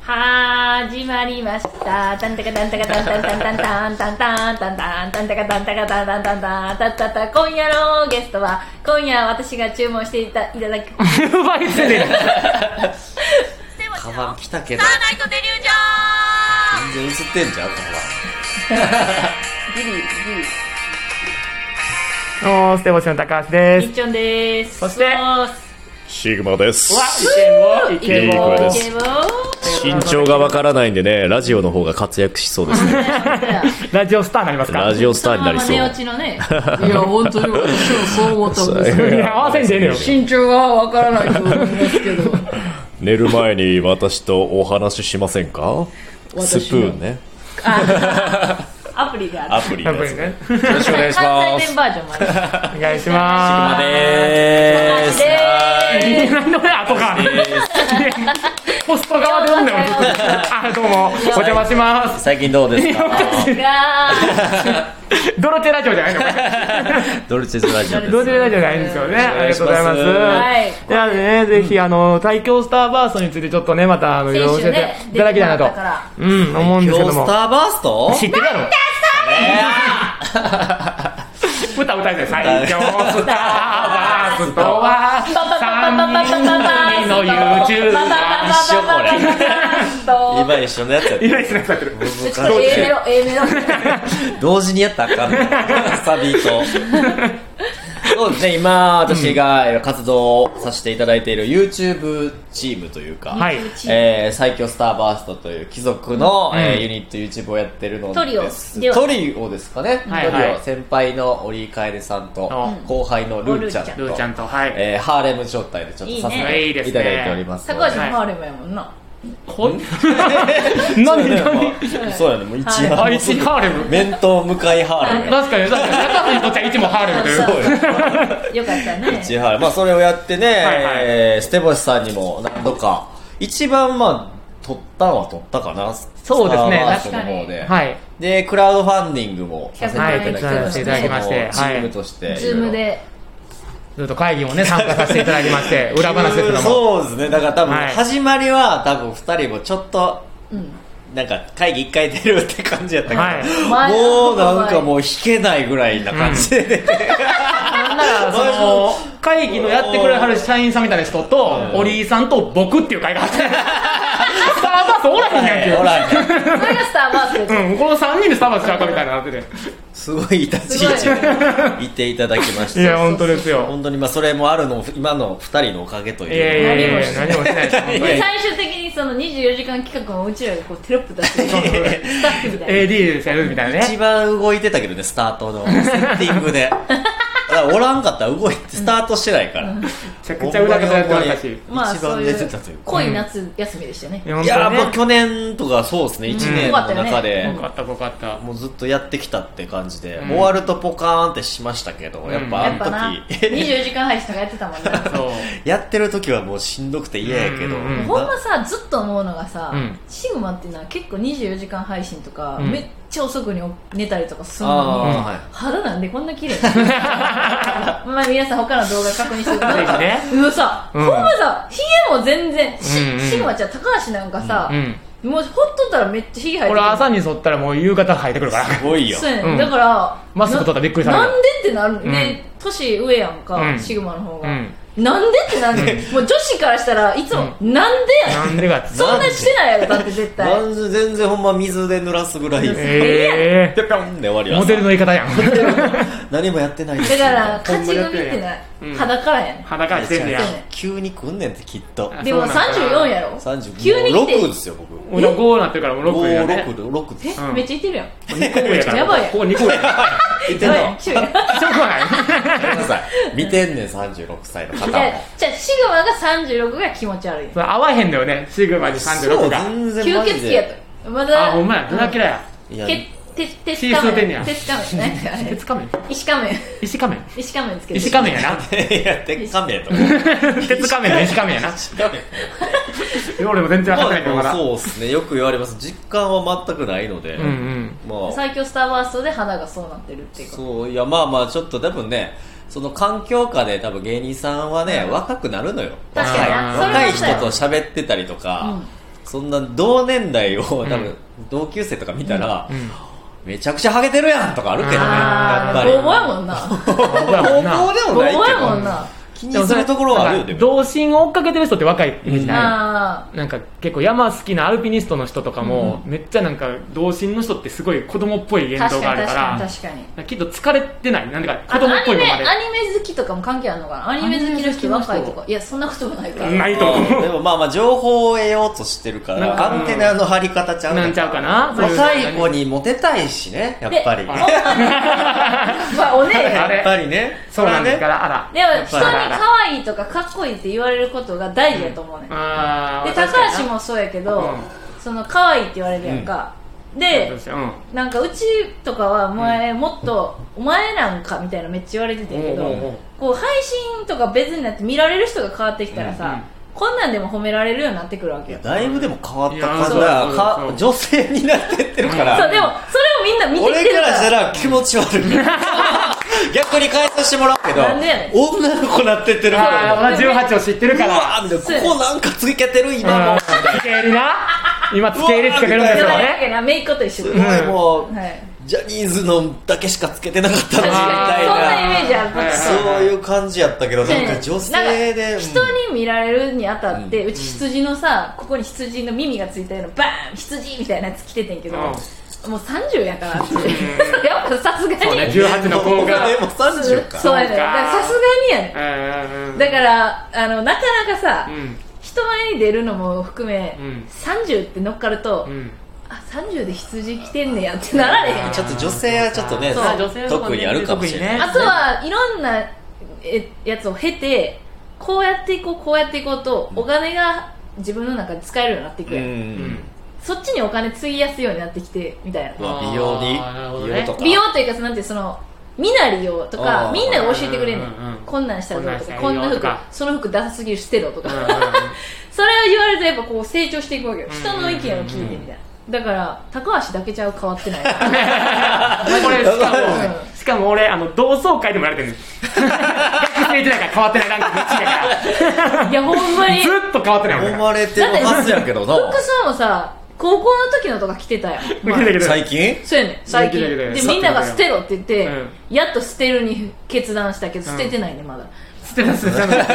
始まりました。タンタカタンタカタンタンタンタンタンタンタンタンタンタンタカタンタカタンタンタンタンタンタンタン。今夜のゲストは、今夜私が注文していただく奪い捨ててるカバン来たけどスターナイトデリュージ全然映ってんじゃんカョン。ギリステボシの高橋でギリ。 す。 いっちょんです。 そしてシグマです。 イケボいい声です。 イケボ身長がわからないんでね、ラジオの方が活躍しそうですね。 ラジオスターになりますか？ ラジオスターになりそう。 そのまま寝落ちのね。いや本当に私もそう思ったんですよ。 いや合わせんでええのよ。 身長がわからないと思いますけど。 寝る前に私とお話ししませんか？スプーンね。 アプリがある。 アプリのやつね。 ね。 よろしくお願いし関ます。 西弁バージョンもある。 お願いしまでーすです。なんで俺後か。ポスト側で読んだよ。どうもお邪魔します。 最近どうですか？ ーがドロテラジオじゃないの？ ドルチェズラジオです。 ドロテラジオじゃないんですよね。ありがとうございます。 はいではね、ぜひ最強スターバーストについてちょっとね、またいろいろ教えていただきたいなと、 先週ね出てもらったから思うんですけども。 今日スターバースト？ 知ってるやろ？歌歌いたい。最強スターバーストは3人の YouTuber。 一緒これ。今一緒のやつやった。 今一緒にやってる。 ちょっと A メロ同時にやったらあかんねサビと。そうですね、今私が活動させていただいている YouTube チームというか、 はい最強スターバーストという貴族の、ユニット YouTube をやってるのですトリオですかね、 はいはいトリオ先輩の折井楓さんと、後輩のルーちゃんと、 ルーちゃんと、はい。 ハーレム状態でちょっとさせいいねいいですねていただいておりますので。 高橋もハーレムやもんな。 何そうやね、もう一応あ、一ハーレム。 面と向かいハーレム。 確かに、高橋にとってはいつもハーレムという。 よかったね。 一ハーレム。まあそれをやってね、 はいはステボシさんにも何度か、一番まあ、撮ったかな。 そうですねスターバーストの方で。 はい。 で、クラウドファンディングもさせていただきまはいさせていただきましてチームとして。 ズームで。 ずっと会議もね、参加させていただきまして、裏話ですけども。 そうですね、だから多分、 はい始まりは多分2人もちょっと、なんか会議1回出るって感じやったけど、 はいもうなんかもう弾けないぐらいな感じで出て、 なんなら、会議のやってくれはる社員さんみたいな人と、折井さんと僕っていう会があって、スターバースおらへんやんけ。 おらんねんそれがスターバースです。 この3人でスターバースしゃうかみたいななってて。 すごい立ち位置でいていただきましいや、 た。 本当ですよ。 本当にまあそれもあるの今の2人のおかげという。 いやいやいや、何もしないです。本当に最終的にその24時間企画のうちらがこうテロップ出してるスタッフみたいな。 AD でやるみたいなね。 一番動いてたけどね、スタートのセッティングで。だからおらんかったら動いてスタートしてないから。 めちゃくちゃ裏方やってましたし。 まあ一番出てたというか。 濃い夏休みでしたよね。 いやいやもう本去年とかそうですね、1年の中当にね。 でよかった、よかった。 もうずっとやってきたって感じで、終わるとポカーンってしましたけど、やっぱあのやっぱな、 時 24時間配信とかやってたもんな。 そう。 やってる時はもうしんどくて嫌やけど、 ほんまさ、ずっと思うのがさ、 うんシグマっていうのは結構24時間配信とか、 うんめっちゃ遅くに寝たりとかするあのに、 ーはい肌なんでこんな綺麗なまあ皆さん他の動画確認してくださいぜひねうわさ、 うんほんまさヒゲも全然、 うんうんシグマちゃん高橋なんかさ、 うん。 もうほっとったらめっちゃヒゲ生えてこれ朝に沿ったらもう夕方生えてくるから。 すごいよ。 そうやね、 うんだからマスク取ったらびっくりされるなんでってなる、 んで年上やんか、 うんシグマの方が、 うんなんでってなんで、もう女子からしたらいつも、なんでやなんでかって。 そんなしてないやろだって絶対なんで全然ほんま水で濡らすぐらい、 えピョピョンで終わります。 モデルの言い方やん。 何もやってないですだからほんま勝ち組にやってないってない、 うん裸やね裸してんねや。 急に来んねんってきっと。 あでもそうなんだ 34やろ 30 急に来て 6ですよ、僕。 俺5なってるからもう6やね。 6です。 え、 うんめっちゃいてるやん 2個上やから。 やばいやんここ2個上やから。 見てんのやばいやんシグマしょうがない。 ごめんなさい。見てんねん、36歳の方も。 じゃあシグマが36が気持ち悪いそれ合わへんだよね、シグマに36が。 全然吸マジで血鬼やとまだあ、ほんまや、ドラキュラや。 いや、 鉄血吸うてんねや鉄仮面ね鉄仮面石仮面石仮面石仮面つけて石仮面やな。 いや、鉄仮面とか。 鉄仮面の石仮面やな。俺も全然分かってないけど、まだ。 そうですね、よく言われます。実感は全くないので。 うんうん。 まあ、 最強スターバーストで肌がそうなってるっていうことそう、いや、まあまあ、ちょっと多分ね、その環境下で多分芸人さんはね、 うん若くなるのよ。 確かになあーそれは若い人そうやと喋ってたりとか、 そんな同年代を多分同級生とか見たら、めちゃくちゃハゲてるやんとかあるけどね、やっぱり。 ボーボーやもんな。 高校でもないけボーボーやもんど、 な。 気にするところはあるよね。 童心を追っかけてる人って若いイメージなあい、なんか結構山好きなアルピニストの人とかも、めっちゃなんか童心の人ってすごい子供っぽい言動があるから確かにきっと疲れてない、なんでか子あと供っぽいのまでアニメ好きとかも関係あるのかな。アニメ好きの人若いとか、いやそんなこともないから。 ないと思う。 でもまあまあ情報を得ようとしてるから、アンテナの張り方ちゃうなんちゃうかな。 若い子にモテたいしね、やっぱり。 まあお姉やっぱりね。 そうなんですから、あら。 でも人に可愛いとかかっこいいって言われることが大事だと思うね、で高橋もそうやけど、その可愛いって言われるやんか、で、なんかうちとかは前もっとお前なんかみたいなめっちゃ言われてたけど、こう配信とか別になって見られる人が変わってきたらさ、こんなんでも褒められるようになってくるわけよ。 だいぶでも変わった感じだ、女性になってってるからそう、でもそれをみんな見てきてるから、 俺からしたら気持ち悪い逆に返させてもらうけど、 なんでやねん、 女の子なってってるから 18を知ってるから、 ここなんかつけてる今もつけ襟な、今つけ襟つけてるんですよね。 メイクと一緒で、 もうジャニーズのだけしかつけてなかったのみたいな、 そんなイメージある。 そういう感じやったけど、なんか女性で人に見られるにあたって、うち羊のさ、ここに羊の耳がついたようなバーン羊みたいなやつ着ててんけど、もう30やからってやっぱさすがに 18の子がもう30か、 そうやね、だからさすがにやね、だからなかなかさ、人前に出るのも含め、30って乗っかると、あ、30で羊着てんねやってなられへん。 ちょっと女性はちょっとね、特にあるかもしれない。 あとはいろんなやつを経て、こうやっていこうこうやっていこうと、お金が自分の中で使えるようになっていくやん、そっちにお金費やすようになってきてみたいな。 美容に美容とか、 美容というか、なんてその身なりをとかみんなが教えてくれんねん、こんなんしたらどうとか、こんな服、その服ダサすぎる捨てろとかそれを言われるとやっぱこう成長していくわけよ、人の意見を聞いてみたいな。だから高橋だけちゃう変わってないこれしかも俺同窓会でもやられてる学生時代から変わってないランキング1位やからいやほんまにずっと変わってない思われてるはずやけどな。 服装もさ、高校の時のとか着てたやん、 最近そうやねん、最近でみんなが捨てろって言って、やっと捨てるに決断したけど捨ててないね、まだ捨てます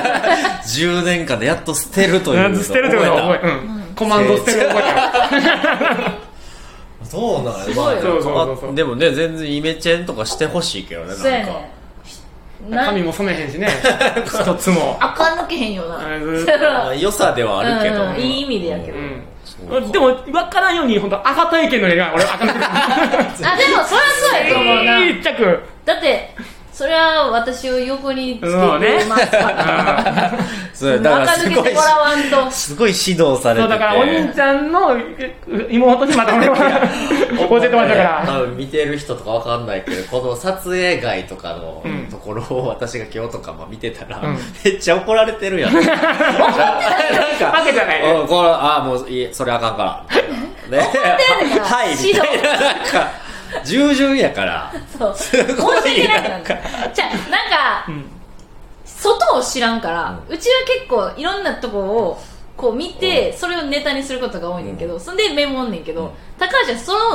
10年間でやっと捨てるという捨てるというのを覚え、コマンド捨てる覚えそうなんすごいよ。でもね、全然イメチェンとかしてほしいけどね。 そうやねん、 髪も染めへんしね一つも赤抜けへんよな良さではあるけど、 いい意味でやけど、 でも分からんように本当アファ体験の例が俺赤抜けあ、でもそりゃそうやと思うな、 一着だってそれは私を横につけてますからそうだから垢抜けてもらわんとすごい指導されてて、 そうだからお兄ちゃんの妹にまた俺は教えてもらったから多分見てる人とかわかんないけど、この撮影外とかのところを私が今日とかも見てたら、めっちゃ怒られてるやん怒ってないわけじゃないこれもういい、それあかんからね、はいみたいな、なんか従順やからそう申し訳ないなんかじゃなんか、外を知らんから、うちは結構いろんなとこをこう見て、それをネタにすることが多いねんけど、そんでメモんねんけど、高橋はそう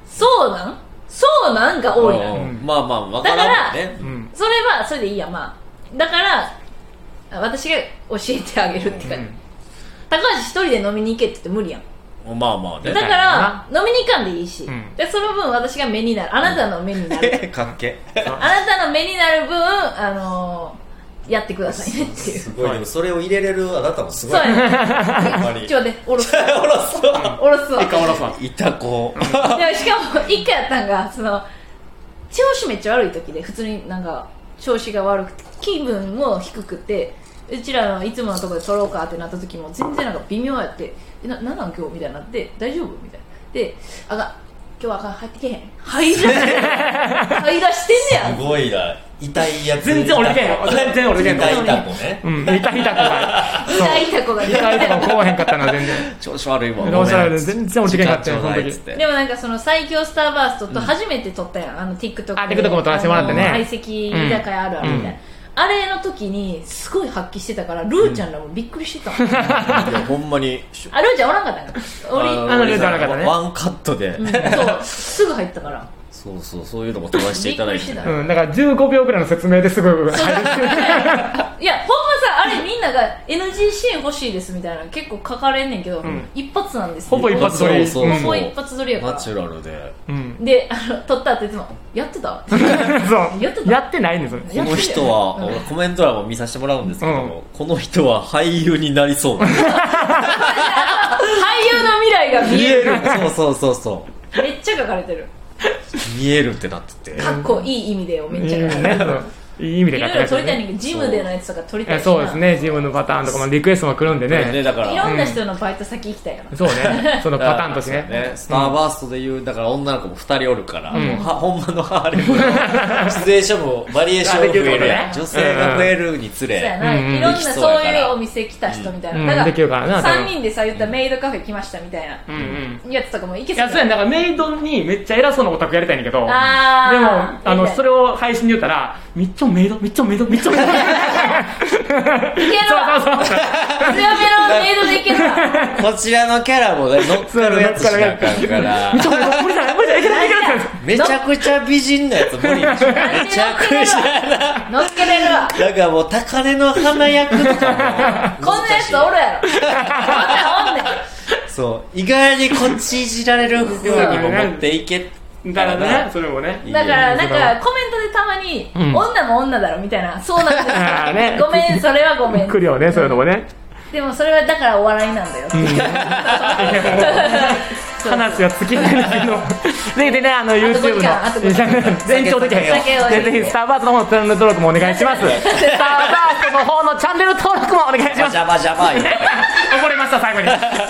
なんが多いな、 まあまあ分からんもんね、 それはそれでいいや、まあだから私が教えてあげるって感じ、高橋一人で飲みに行けって言って無理やん、 まあまあね、 だから飲みに行かんでいいし、でその分私が目になる、あなたの目になるかっけあなたの目になる分やってくださいねっていう、 すごい、でもそれを入れれるあなたもすごい、 そうやねやっぱりちょっとおろすおろすわ一回おろすわいた子でしかも一回やったんが、その調子めっちゃ悪い時で、普通になんか調子が悪くて気分も低くて、うちらのいつものところで撮ろうかってなった時も全然なんか微妙やって、なんなん今日みたいになって、大丈夫みたいなで、あが今日はあかん、入ってけへん、入り出してんねや、 すごいな、痛いやつ、 全然俺でけんよ、全然俺でけんよ、 痛いた子ね、 痛いた子が痛いた子こうへんかったの全然調子悪いもん、 全然俺でけんかったよ、その時。 でもなんかその最強スターバーストと初めて撮ったやん、TikTok で TikTok も撮らせてもらってね、 相席居酒屋あるあるみたいな、 あれの時にすごい発揮してたからルーちゃんらもびっくりしてた、 いやほんまにあルーちゃんおらんかったんかルーちゃんおらんかったねワンカットで、 そうすぐ入ったからそういうのも飛ばしていただいて、 だから15秒ぐらいの説明ですぐ入るいやほんまさあれみんなが NG シーン欲しいですみたいな結構書かれんねんけど、一発なんですよ、 ほぼ一発撮り、 そうほぼ一発撮りやからナチュラルで、 で撮ったっていつもやってたそうやってたやってないんですよこの人は、俺コメント欄も見させてもらうんですけど、この人は俳優になりそうな俳優の未来が見えるそうめっちゃ書かれてる見えるってなってて、 かっこいい意味でよめっちゃ書かれてるいい意味でいろいろ撮りたいねんけどジムでのやつとか撮りたいしなそうですね、ジムのパターンとかもリクエストも来るんでね、 だからいろんな人のバイト先行きたいよな、 そうね、そのパターンとしてねスターバーストでいうだから女の子も2人おるから、もうほんまのハーレムのシチュエーションもバリエーションが増えるやん、女性が増えるにつれ、 そうやな、いろんなそういうお店来た人みたいな、だから3人でさ言ったらメイドカフェ来ましたみたいなやつとかもいけそうやん。 そうやん、だからメイドにめっちゃ偉そうなオタクやりたいんだけど、でもそれを配信で言ったらめっちゃメイドめっちゃメイドいけるわ強めのメイドでいけるわこちらのキャラもね乗っかるやつしなあかんからめちゃくちゃ美人なやつ無理でしょ、めちゃくちゃ乗っけれるわだからもう高嶺の花役とかもこんなやつおるやろこんなんおんねんそう意外にこっちいじられる風にも持っていけだからね、それもね。 だからなんかコメントでたまに、女も女だろみたいな、そうなんですよ、ごめんそれはごめん来るよね、そういうのもね。 でもそれはだからお笑いなんだよって話は尽きないんですけどでね、YouTube の全長的にぜひスターバーストの方のチャンネル登録もお願いしますスターバーストの方のチャンネル登録もお願いしますジャバジャバ怒りました最後に